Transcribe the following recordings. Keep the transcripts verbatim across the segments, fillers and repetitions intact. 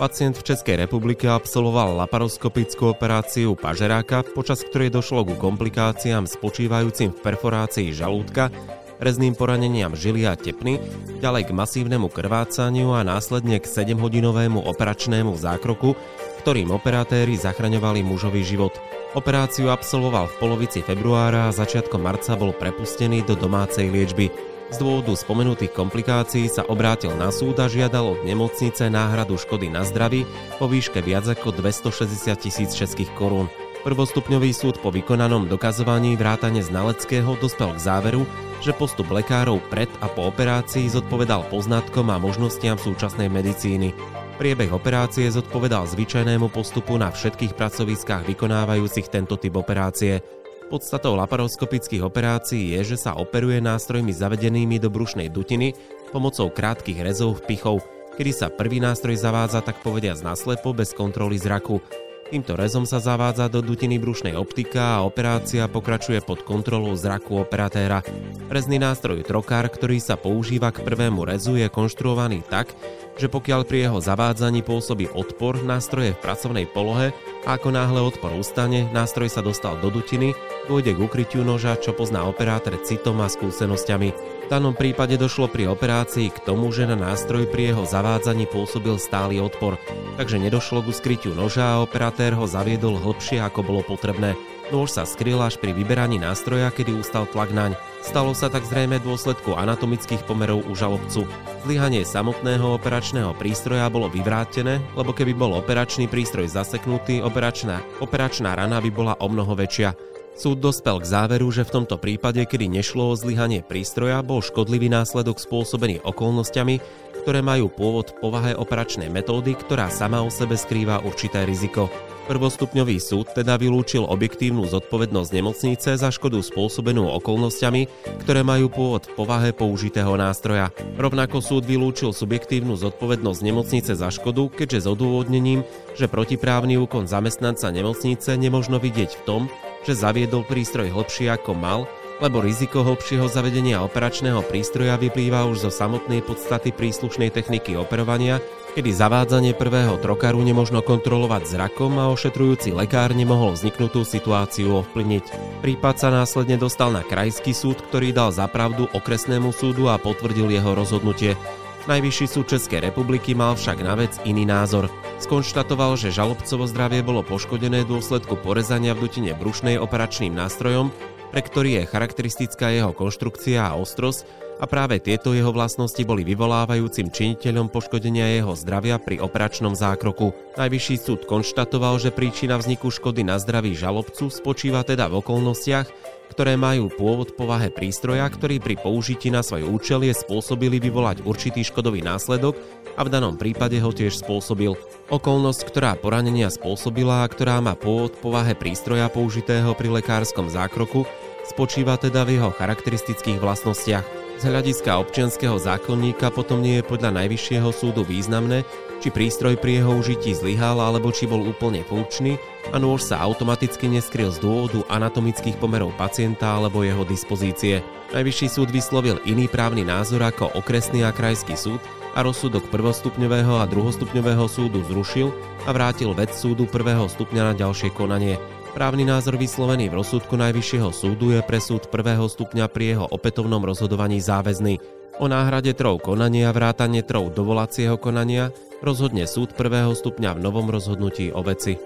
Pacient v Českej republike absolvoval laparoskopickú operáciu pažeráka, počas ktorej došlo ku komplikáciám spočívajúcim v perforácii žalúdka, rezným poraneniam žily a tepny, ďalej k masívnemu krvácaniu a následne k sedemhodinovému operačnému zákroku, ktorým operatéri zachraňovali mužový život. Operáciu absolvoval v polovici februára a začiatkom marca bol prepustený do domácej liečby. Z dôvodu spomenutých komplikácií sa obrátil na súd a žiadal od nemocnice náhradu škody na zdraví vo výške viac ako dvestošesťdesiat tisíc českých korún. Prvostupňový súd po vykonanom dokazovaní vrátane znaleckého dospel k záveru, že postup lekárov pred a po operácii zodpovedal poznatkom a možnostiam súčasnej medicíny. Priebeh operácie zodpovedal zvyčajnému postupu na všetkých pracoviskách vykonávajúcich tento typ operácie. Podstatou laparoskopických operácií je, že sa operuje nástrojmi zavedenými do brušnej dutiny pomocou krátkych rezov vpichov, kedy sa prvý nástroj zavádza tak povediac naslepo bez kontroly zraku. Týmto rezom sa zavádza do dutiny brušnej optika a operácia pokračuje pod kontrolou zraku operatéra. Rezný nástroj trokár, ktorý sa používa k prvému rezu, je konštruovaný tak, že pokiaľ pri jeho zavádzaní pôsobí odpor, nástroj je v pracovnej polohe a ako náhle odpor ustane, nástroj sa dostal do dutiny, dôjde k ukrytiu noža, čo pozná operátor citom a skúsenosťami. V danom prípade došlo pri operácii k tomu, že na nástroj pri jeho zavádzaní pôsobil stály odpor, takže nedošlo k skrytiu noža a operatér ho zaviedol hlbšie, ako bolo potrebné. Nôž sa skryl až pri vyberaní nástroja, kedy ustal tlak naň. Stalo sa tak zrejme v dôsledku anatomických pomerov u žalobcu. Zlyhanie samotného operačného prístroja bolo vyvrátené, lebo keby bol operačný prístroj zaseknutý, operačná, operačná rana by bola omnoho väčšia. Súd dospel k záveru, že v tomto prípade, kedy nešlo o zlyhanie prístroja, bol škodlivý následok spôsobený okolnostiami, ktoré majú pôvod v povahe operačnej metódy, ktorá sama o sebe skrýva určité riziko. Prvostupňový súd teda vylúčil objektívnu zodpovednosť nemocnice za škodu spôsobenú okolnostiami, ktoré majú pôvod v povahe použitého nástroja. Rovnako súd vylúčil subjektívnu zodpovednosť nemocnice za škodu, keďže s odôvodnením, že protiprávny úkon zamestnanca nemocnice nemožno vidieť v tom, že zaviedol prístroj hlbšie ako mal, lebo riziko hlbšieho zavedenia operačného prístroja vyplýva už zo samotnej podstaty príslušnej techniky operovania, kedy zavádzanie prvého trokaru nemožno kontrolovať zrakom a ošetrujúci lekár nemohol vzniknutú situáciu ovplyvniť. Prípad sa následne dostal na krajský súd, ktorý dal za pravdu okresnému súdu a potvrdil jeho rozhodnutie. Najvyšší súd Českej republiky mal však na vec iný názor. Skonštatoval, že žalobcovo zdravie bolo poškodené v dôsledku porezania v dutine brušnej operačným nástrojom, pre ktorý je charakteristická jeho konštrukcia a ostrosť, a práve tieto jeho vlastnosti boli vyvolávajúcim činiteľom poškodenia jeho zdravia pri operačnom zákroku. Najvyšší súd konštatoval, že príčina vzniku škody na zdraví žalobcu spočíva teda v okolnostiach, ktoré majú pôvod v povahe prístroja, ktorý pri použití na svoj účel je spôsobili vyvolať určitý škodový následok a v danom prípade ho tiež spôsobil. Okolnosť, ktorá poranenia spôsobila a ktorá má pôvod v povahe prístroja použitého pri lekárskom zákroku, spočíva teda v jeho charakteristických vlastnostiach. Z hľadiska občianskeho zákonníka potom nie je podľa Najvyššieho súdu významné, či prístroj pri jeho užití zlyhal alebo či bol úplne funkčný a nôž sa automaticky neskryl z dôvodu anatomických pomerov pacienta alebo jeho dispozície. Najvyšší súd vyslovil iný právny názor ako okresný a krajský súd a rozsudok prvostupňového a druhostupňového súdu zrušil a vrátil vec súdu prvého stupňa na ďalšie konanie. Právny názor vyslovený v rozsudku Najvyššieho súdu je pre súd prvého stupňa pri jeho opätovnom rozhodovaní záväzný. O náhrade trov konania a vrátane trov dovolacieho konania rozhodne súd prvého stupňa v novom rozhodnutí o veci.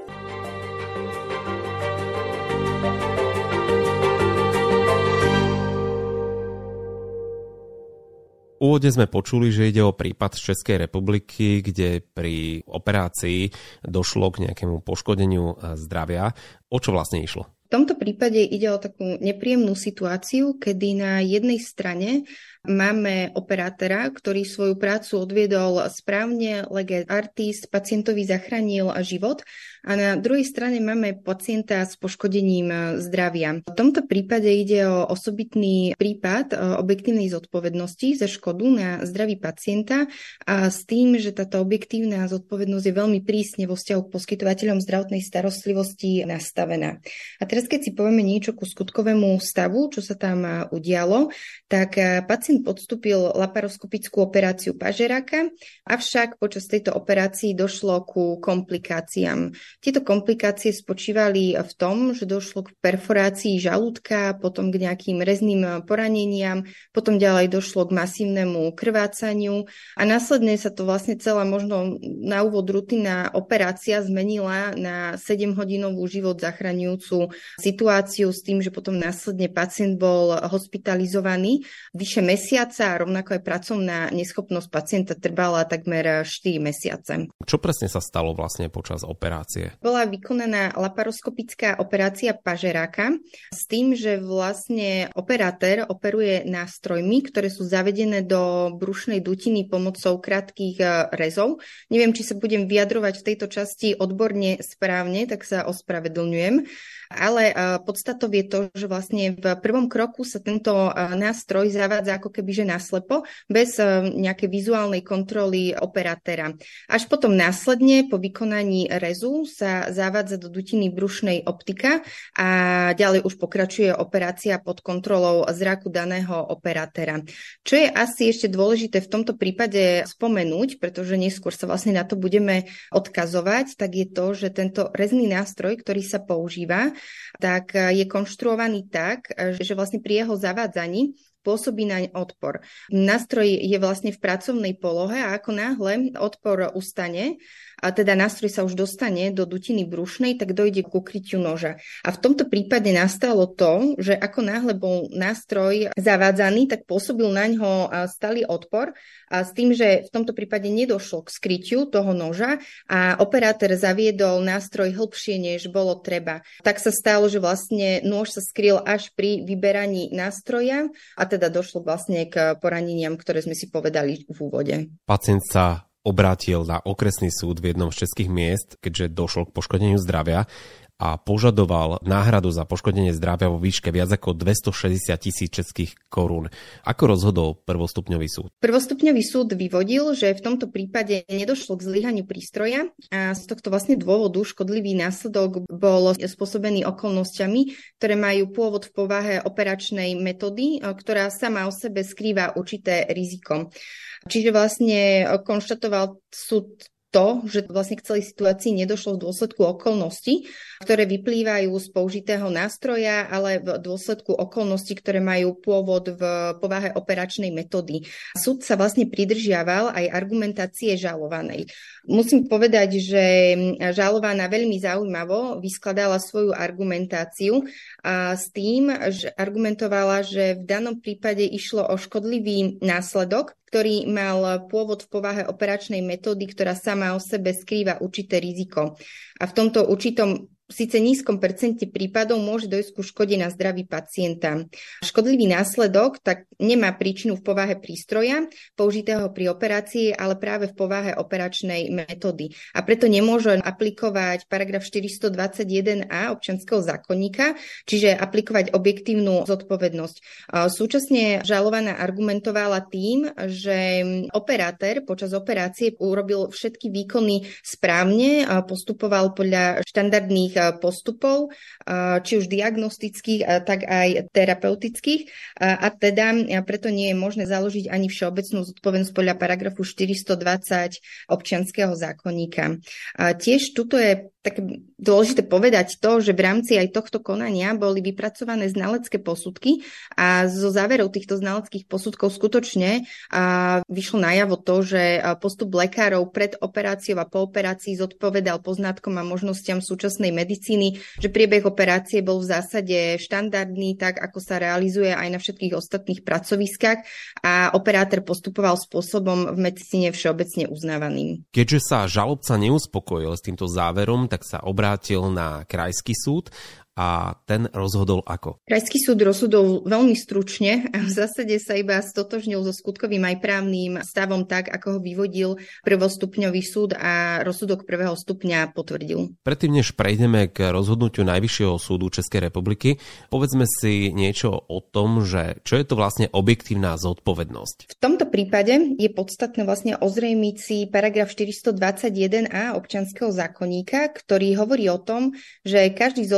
Úvodne sme počuli, že ide o prípad z Českej republiky, kde pri operácii došlo k nejakému poškodeniu zdravia. O čo vlastne išlo? V tomto prípade ide o takú nepríjemnú situáciu, kedy na jednej strane máme operátora, ktorý svoju prácu odviedol správne, lege artis, pacientovi zachránil život, a na druhej strane máme pacienta s poškodením zdravia. V tomto prípade ide o osobitný prípad objektívnej zodpovednosti za škodu na zdraví pacienta a s tým, že táto objektívna zodpovednosť je veľmi prísne vo vzťahu k poskytovateľom zdravotnej starostlivosti nastavená. A teraz teraz keď si povieme niečo ku skutkovému stavu, čo sa tam udialo, tak pacient podstúpil laparoskopickú operáciu pažeráka, avšak počas tejto operácii došlo ku komplikáciám. Tieto komplikácie spočívali v tom, že došlo k perforácii žalúdka, potom k nejakým rezným poraneniam, potom ďalej došlo k masívnemu krvácaniu a následne sa to vlastne celá možno na úvod rutinná operácia zmenila na sedemhodinovú život zachraňujúcu situáciu s tým, že potom následne pacient bol hospitalizovaný vyše mesiaca a rovnako aj pracovná neschopnosť pacienta trvala takmer štyri mesiace. Čo presne sa stalo vlastne počas operácie? Bola vykonaná laparoskopická operácia pažeráka s tým, že vlastne operátor operuje nástrojmi, ktoré sú zavedené do brušnej dutiny pomocou krátkych rezov. Neviem, či sa budem vyjadrovať v tejto časti odborne správne, tak sa ospravedlňujem. Ale podstatou je to, že vlastne v prvom kroku sa tento nástroj zavádza ako keby že naslepo, bez nejakej vizuálnej kontroly operatéra. Až potom následne po vykonaní rezu sa zavádza do dutiny brušnej optika a ďalej už pokračuje operácia pod kontrolou zraku daného operatéra. Čo je asi ešte dôležité v tomto prípade spomenúť, pretože neskôr sa vlastne na to budeme odkazovať, tak je to, že tento rezný nástroj, ktorý sa používa, tak je konštruovaný tak, že vlastne pri jeho zavádzaní pôsobí naň odpor. Nástroj je vlastne v pracovnej polohe a ako náhle odpor ustane, a teda nástroj sa už dostane do dutiny brušnej, tak dojde k ukrytiu noža. A v tomto prípade nastalo to, že ako náhle bol nástroj zavádzaný, tak pôsobil naňho stály odpor a s tým, že v tomto prípade nedošlo k skrytiu toho noža a operátor zaviedol nástroj hlbšie, než bolo treba. Tak sa stalo, že vlastne nôž sa skryl až pri vyberaní nástroja a teda došlo vlastne k poraneniam, ktoré sme si povedali v úvode. Pacient sa obrátil na okresný súd v jednom z českých miest, keďže došlo k poškodeniu zdravia a požadoval náhradu za poškodenie zdravia vo výške viac ako dvestošesťdesiat tisíc českých korún. Ako rozhodol prvostupňový súd? Prvostupňový súd vyvodil, že v tomto prípade nedošlo k zlyhaniu prístroja a z tohto vlastne dôvodu škodlivý následok bol spôsobený okolnosťami, ktoré majú pôvod v povahe operačnej metódy, ktorá sama o sebe skrýva určité riziko. Čiže vlastne konštatoval súd to, že vlastne k celej situácii nedošlo v dôsledku okolností, ktoré vyplývajú z použitého nástroja, ale v dôsledku okolností, ktoré majú pôvod v povahe operačnej metódy. Súd sa vlastne pridržiaval aj argumentácie žalovanej. Musím povedať, že žalovaná veľmi zaujímavo vyskladala svoju argumentáciu a s tým, že argumentovala, že v danom prípade išlo o škodlivý následok, ktorý mal pôvod v povahe operačnej metódy, ktorá sama o sebe skrýva určité riziko. A v tomto určitom síce nízkom percente prípadov môže dojsť ku škode na zdraví pacienta. Škodlivý následok tak nemá príčinu v povahe prístroja použitého pri operácii, ale práve v povahe operačnej metódy. A preto nemôže aplikovať paragraf štyristodvadsaťjeden a občianskeho zákonníka, čiže aplikovať objektívnu zodpovednosť. Súčasne žalovaná argumentovala tým, že operátor počas operácie urobil všetky výkony správne, postupoval podľa štandardných postupov, či už diagnostických, tak aj terapeutických a teda preto nie je možné založiť ani všeobecnú zodpovednosť podľa paragrafu štyristodvadsať občianskeho zákonníka. Tiež tuto je tak dôležité povedať to, že v rámci aj tohto konania boli vypracované znalecké posudky a zo záverov týchto znaleckých posudkov skutočne vyšlo najavo to, že postup lekárov pred operáciou a po operácii zodpovedal poznatkom a možnostiam súčasnej medicíny, že priebeh operácie bol v zásade štandardný, tak ako sa realizuje aj na všetkých ostatných pracoviskách a operátor postupoval spôsobom v medicíne všeobecne uznávaným. Keďže sa žalobca neuspokojil s týmto záverom, tak sa obrátil na krajský súd a ten rozhodol ako? Krajský súd rozhodol veľmi stručne a v zásade sa iba stotožnil so skutkovým aj právnym stavom tak, ako ho vyvodil prvostupňový súd a rozsudok prvého stupňa potvrdil. Predtým, než prejdeme k rozhodnutiu Najvyššieho súdu Českej republiky, povedzme si niečo o tom, že čo je to vlastne objektívna zodpovednosť. V tomto prípade je podstatné vlastne ozrejmiť si paragraf štyristodvadsaťjeden a občianskeho zákonníka, ktorý hovorí o tom, že každý zodpovedá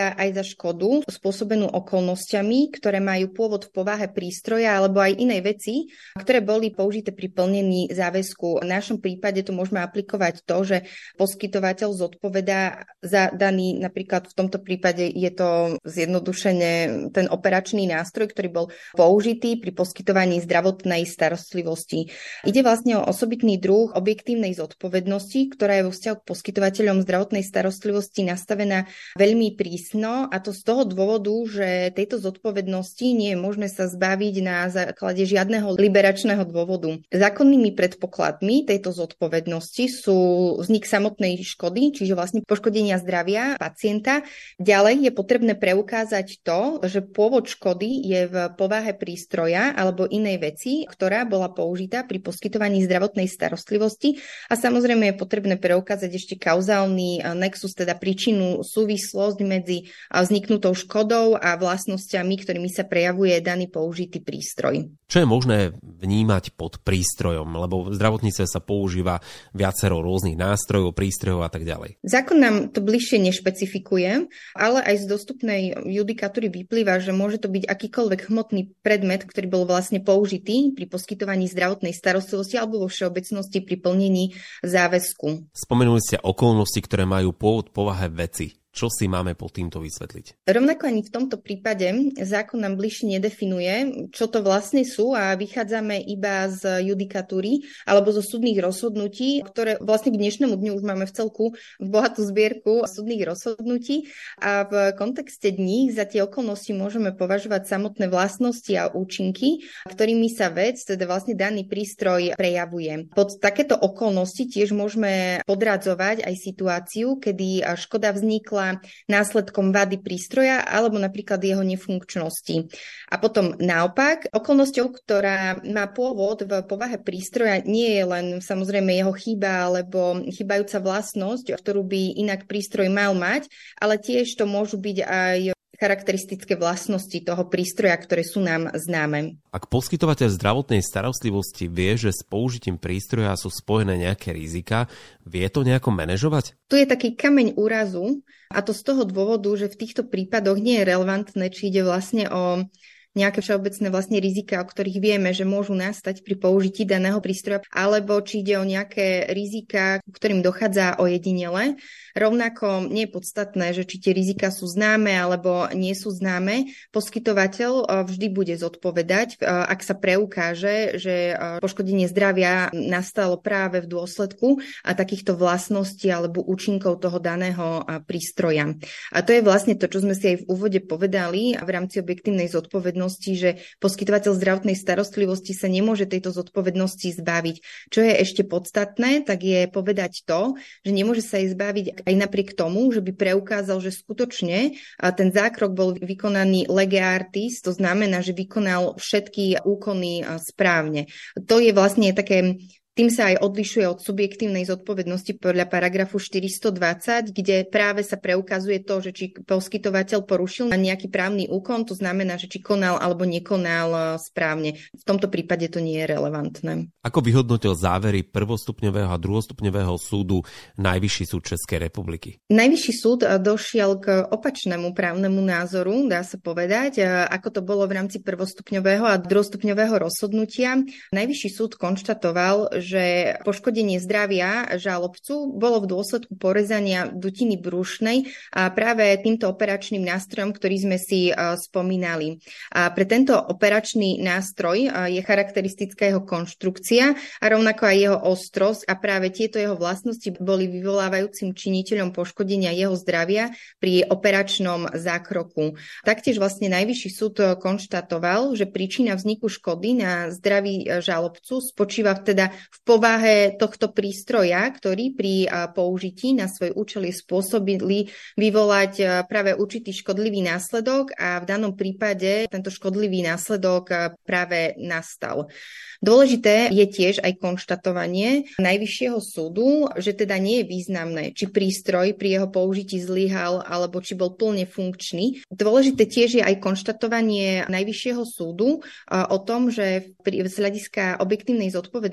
zodpovedá aj za škodu spôsobenú okolnostiami, ktoré majú pôvod v povahe prístroja alebo aj inej veci, ktoré boli použité pri plnení záväzku. V našom prípade tu môžeme aplikovať to, že poskytovateľ zodpovedá za daný, napríklad v tomto prípade je to zjednodušene ten operačný nástroj, ktorý bol použitý pri poskytovaní zdravotnej starostlivosti. Ide vlastne o osobitný druh objektívnej zodpovednosti, ktorá je vo vzťahu k poskytovateľom zdravotnej starostlivosti nastavená veľmi prísno, a to z toho dôvodu, že tejto zodpovednosti nie je možné sa zbaviť na základe žiadneho liberačného dôvodu. Zákonnými predpokladmi tejto zodpovednosti sú vznik samotnej škody, čiže vlastne poškodenia zdravia pacienta. Ďalej je potrebné preukázať to, že pôvod škody je v povahe prístroja alebo inej veci, ktorá bola použitá pri poskytovaní zdravotnej starostlivosti, a samozrejme je potrebné preukázať ešte kauzálny nexus, teda príčinu, súvislosť medzi vzniknutou škodou a vlastnosťami, ktorými sa prejavuje daný použitý prístroj. Čo je možné vnímať pod prístrojom? Lebo v zdravotníctve sa používa viacero rôznych nástrojov, prístrojov a tak ďalej. Zákon nám to bližšie nešpecifikuje, ale aj z dostupnej judikatúry vyplýva, že môže to byť akýkoľvek hmotný predmet, ktorý bol vlastne použitý pri poskytovaní zdravotnej starostlivosti alebo vo všeobecnosti pri plnení záväzku. Spomenuli ste okolnosti, ktoré majú pôvod povahe veci. Čo si máme pod týmto vysvetliť? Rovnako ani v tomto prípade zákon nám bližšie nedefinuje, čo to vlastne sú, a vychádzame iba z judikatúry alebo zo súdnych rozhodnutí, ktoré vlastne k dnešnému dňu už máme v celku v bohatú zbierku súdnych rozhodnutí, a v kontexte dní za tie okolnosti môžeme považovať samotné vlastnosti a účinky, ktorými sa vec, teda vlastne daný prístroj prejavuje. Pod takéto okolnosti tiež môžeme podradzovať aj situáciu, kedy škoda vznikla následkom vady prístroja alebo napríklad jeho nefunkčnosti. A potom naopak, okolnosťou, ktorá má pôvod v povahe prístroja, nie je len samozrejme jeho chyba alebo chybajúca vlastnosť, ktorú by inak prístroj mal mať, ale tiež to môžu byť aj charakteristické vlastnosti toho prístroja, ktoré sú nám známe. Ak poskytovateľ zdravotnej starostlivosti vie, že s použitím prístroja sú spojené nejaké rizika, vie to nejako manažovať? Tu je taký kameň úrazu, a to z toho dôvodu, že v týchto prípadoch nie je relevantné, či ide vlastne o nejaké všeobecné vlastne rizika, o ktorých vieme, že môžu nastať pri použití daného prístroja, alebo či ide o nejaké rizika, ku ktorým dochádza ojedinele. Rovnako nie je podstatné, že či tie rizika sú známe alebo nie sú známe. Poskytovateľ vždy bude zodpovedať, ak sa preukáže, že poškodenie zdravia nastalo práve v dôsledku takýchto vlastností alebo účinkov toho daného prístroja. A to je vlastne to, čo sme si aj v úvode povedali v rámci objektívnej zodpovednosti, že poskytovateľ zdravotnej starostlivosti sa nemôže tejto zodpovednosti zbaviť. Čo je ešte podstatné, tak je povedať to, že nemôže sa jej zbaviť aj napriek tomu, že by preukázal, že skutočne ten zákrok bol vykonaný lege artis, to znamená, že vykonal všetky úkony správne. To je vlastne také. Tým sa aj odlišuje od subjektívnej zodpovednosti podľa paragrafu štyristodvadsať, kde práve sa preukazuje to, že či poskytovateľ porušil nejaký právny úkon, to znamená, že či konal alebo nekonal správne. V tomto prípade to nie je relevantné. Ako vyhodnotil závery prvostupňového a druhostupňového súdu Najvyšší súd Českej republiky? Najvyšší súd došiel k opačnému právnemu názoru, dá sa povedať, ako to bolo v rámci prvostupňového a druhostupňového rozhodnutia. Najvyšší súd konštatoval, že poškodenie zdravia žalobcu bolo v dôsledku porezania dutiny brušnej a práve týmto operačným nástrojom, ktorý sme si spomínali. A pre tento operačný nástroj je charakteristická jeho konštrukcia a rovnako aj jeho ostrosť, a práve tieto jeho vlastnosti boli vyvolávajúcim činiteľom poškodenia jeho zdravia pri operačnom zákroku. Taktiež vlastne Najvyšší súd konštatoval, že príčina vzniku škody na zdraví žalobcu spočíva teda v povahe tohto prístroja, ktorý pri použití na svoj účel je spôsobili vyvolať práve určitý škodlivý následok, a v danom prípade tento škodlivý následok práve nastal. Dôležité je tiež aj konštatovanie Najvyššieho súdu, že teda nie je významné, či prístroj pri jeho použití zlyhal alebo či bol plne funkčný. Dôležité tiež je aj konštatovanie Najvyššieho súdu o tom, že z hľadiska objektívnej zodpovednosti podľa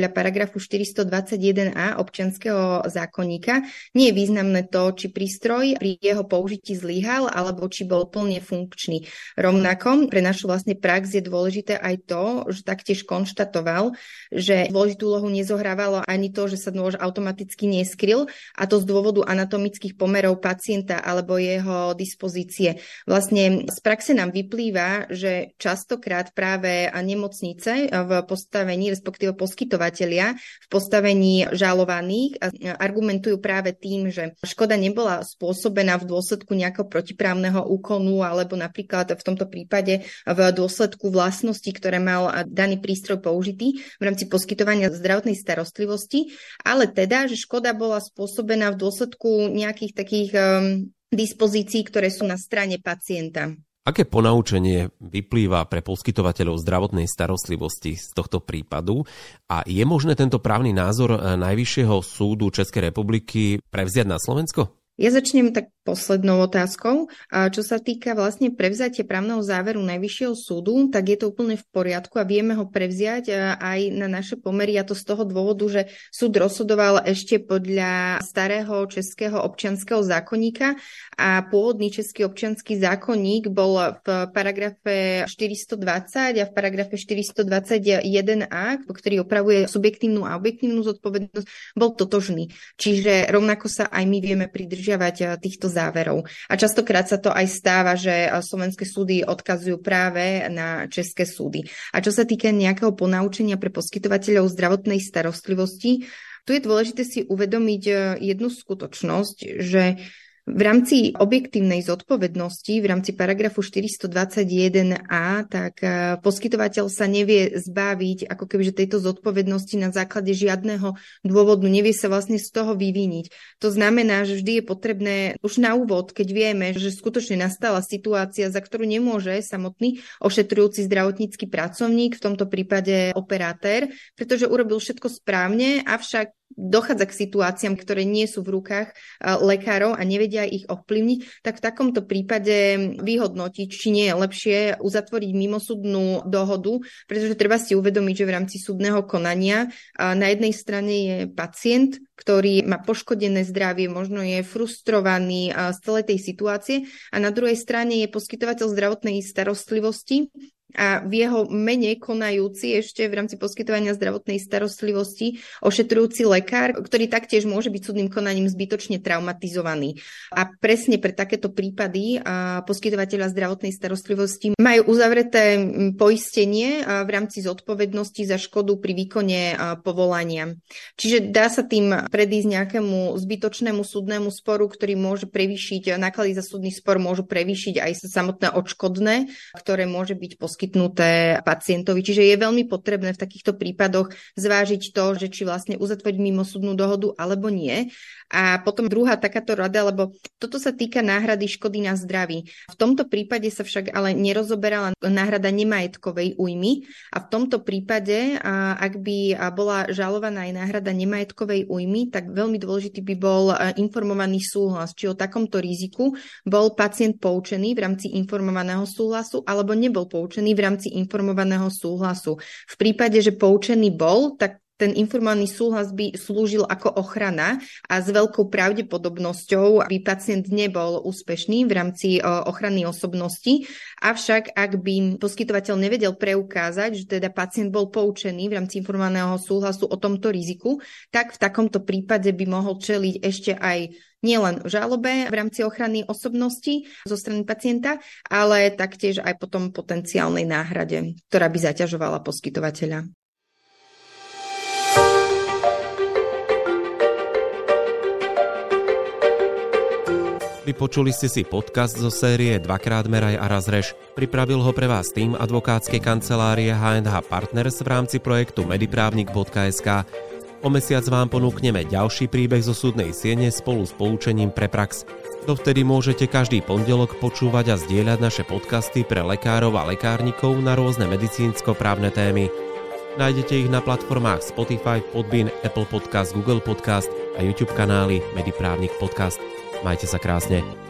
podľa paragrafu štyristodvadsaťjeden a občianskeho zákonníka nie je významné to, či prístroj pri jeho použití zlyhal, alebo či bol plne funkčný. Rovnako pre našu vlastne prax je dôležité aj to, že taktiež konštatoval, že dôležitú úlohu nezohrávalo ani to, že sa nôž automaticky neskryl, a to z dôvodu anatomických pomerov pacienta alebo jeho dispozície. Vlastne z praxe nám vyplýva, že častokrát práve nemocnice v postavení, respektíve poskytovatelia v postavení žalovaných argumentujú práve tým, že škoda nebola spôsobená v dôsledku nejakého protiprávneho úkonu alebo napríklad v tomto prípade v dôsledku vlastností, ktoré mal daný prístroj použitý v rámci poskytovania zdravotnej starostlivosti, ale teda, že škoda bola spôsobená v dôsledku nejakých takých um, dispozícií, ktoré sú na strane pacienta. Aké ponaučenie vyplýva pre poskytovateľov zdravotnej starostlivosti z tohto prípadu a je možné tento právny názor Najvyššieho súdu Českej republiky prevziať na Slovensko? Ja začnem tak poslednou otázkou. Čo sa týka vlastne prevzatia právneho záveru Najvyššieho súdu, tak je to úplne v poriadku a vieme ho prevziať aj na naše pomery, a to z toho dôvodu, že súd rozhodoval ešte podľa starého českého občianskeho zákonníka a pôvodný český občiansky zákonník bol v paragrafe štyristodvadsať a v paragrafe štyristodvadsaťjeden a, ktorý opravuje subjektívnu a objektívnu zodpovednosť, bol totožný. Čiže rovnako sa aj my vieme pridržiavať týchto záverov. A častokrát sa to aj stáva, že slovenské súdy odkazujú práve na české súdy. A čo sa týka nejakého ponaučenia pre poskytovateľov zdravotnej starostlivosti, tu je dôležité si uvedomiť jednu skutočnosť, že v rámci objektívnej zodpovednosti, v rámci paragrafu štyristodvadsaťjeden a, tak poskytovateľ sa nevie zbaviť ako kebyže tejto zodpovednosti na základe žiadneho dôvodu, nevie sa vlastne z toho vyviniť. To znamená, že vždy je potrebné už na úvod, keď vieme, že skutočne nastala situácia, za ktorú nemôže samotný ošetrujúci zdravotnícky pracovník, v tomto prípade operatér, pretože urobil všetko správne, avšak dochádza k situáciám, ktoré nie sú v rukách lekárov a nevedia ich ovplyvniť, tak v takomto prípade vyhodnotiť, či nie je lepšie uzatvoriť mimosúdnu dohodu, pretože treba si uvedomiť, že v rámci súdneho konania na jednej strane je pacient, ktorý má poškodené zdravie, možno je frustrovaný z celej tej situácie, a na druhej strane je poskytovateľ zdravotnej starostlivosti a v jeho mene konajúci ešte v rámci poskytovania zdravotnej starostlivosti ošetrujúci lekár, ktorý taktiež môže byť súdnym konaním zbytočne traumatizovaný. A presne pre takéto prípady poskytovateľa zdravotnej starostlivosti majú uzavreté poistenie v rámci zodpovednosti za škodu pri výkone povolania. Čiže dá sa tým predísť nejakému zbytočnému súdnemu sporu, ktorý môže prevýšiť, náklady za súdny spor môžu prevýšiť aj samotné odškodné, ktoré môže byť poskytnuté poskytnuté pacientovi. Čiže je veľmi potrebné v takýchto prípadoch zvážiť to, že či vlastne uzatvoriť mimosúdnu dohodu alebo nie. A potom druhá takáto rada, lebo toto sa týka náhrady škody na zdraví. V tomto prípade sa však ale nerozoberala náhrada nemajetkovej újmy a v tomto prípade, ak by bola žalovaná aj náhrada nemajetkovej újmy, tak veľmi dôležitý by bol informovaný súhlas, či o takomto riziku bol pacient poučený v rámci informovaného súhlasu alebo nebol poučený v rámci informovaného súhlasu. V prípade, že poučený bol, tak ten informovaný súhlas by slúžil ako ochrana a s veľkou pravdepodobnosťou by pacient nebol úspešný v rámci ochrany osobnosti. Avšak ak by poskytovateľ nevedel preukázať, že teda pacient bol poučený v rámci informovaného súhlasu o tomto riziku, tak v takomto prípade by mohol čeliť ešte aj nielen žalobe v rámci ochrany osobnosti zo strany pacienta, ale taktiež aj potom potenciálnej náhrade, ktorá by zaťažovala poskytovateľa. Vypočuli ste si podcast zo série Dvakrát meraj a raz rež. Pripravil ho pre vás tým advokátskej kancelárie há end há Partners v rámci projektu mediprávnik bodka es ká. O mesiac vám ponúkneme ďalší príbeh zo súdnej siene spolu s poučením pre prax. Dovtedy môžete každý pondelok počúvať a zdieľať naše podcasty pre lekárov a lekárnikov na rôzne medicínsko-právne témy. Nájdete ich na platformách Spotify, Podbean, Apple Podcast, Google Podcast a YouTube kanály Mediprávnik Podcast. Majte sa krásne.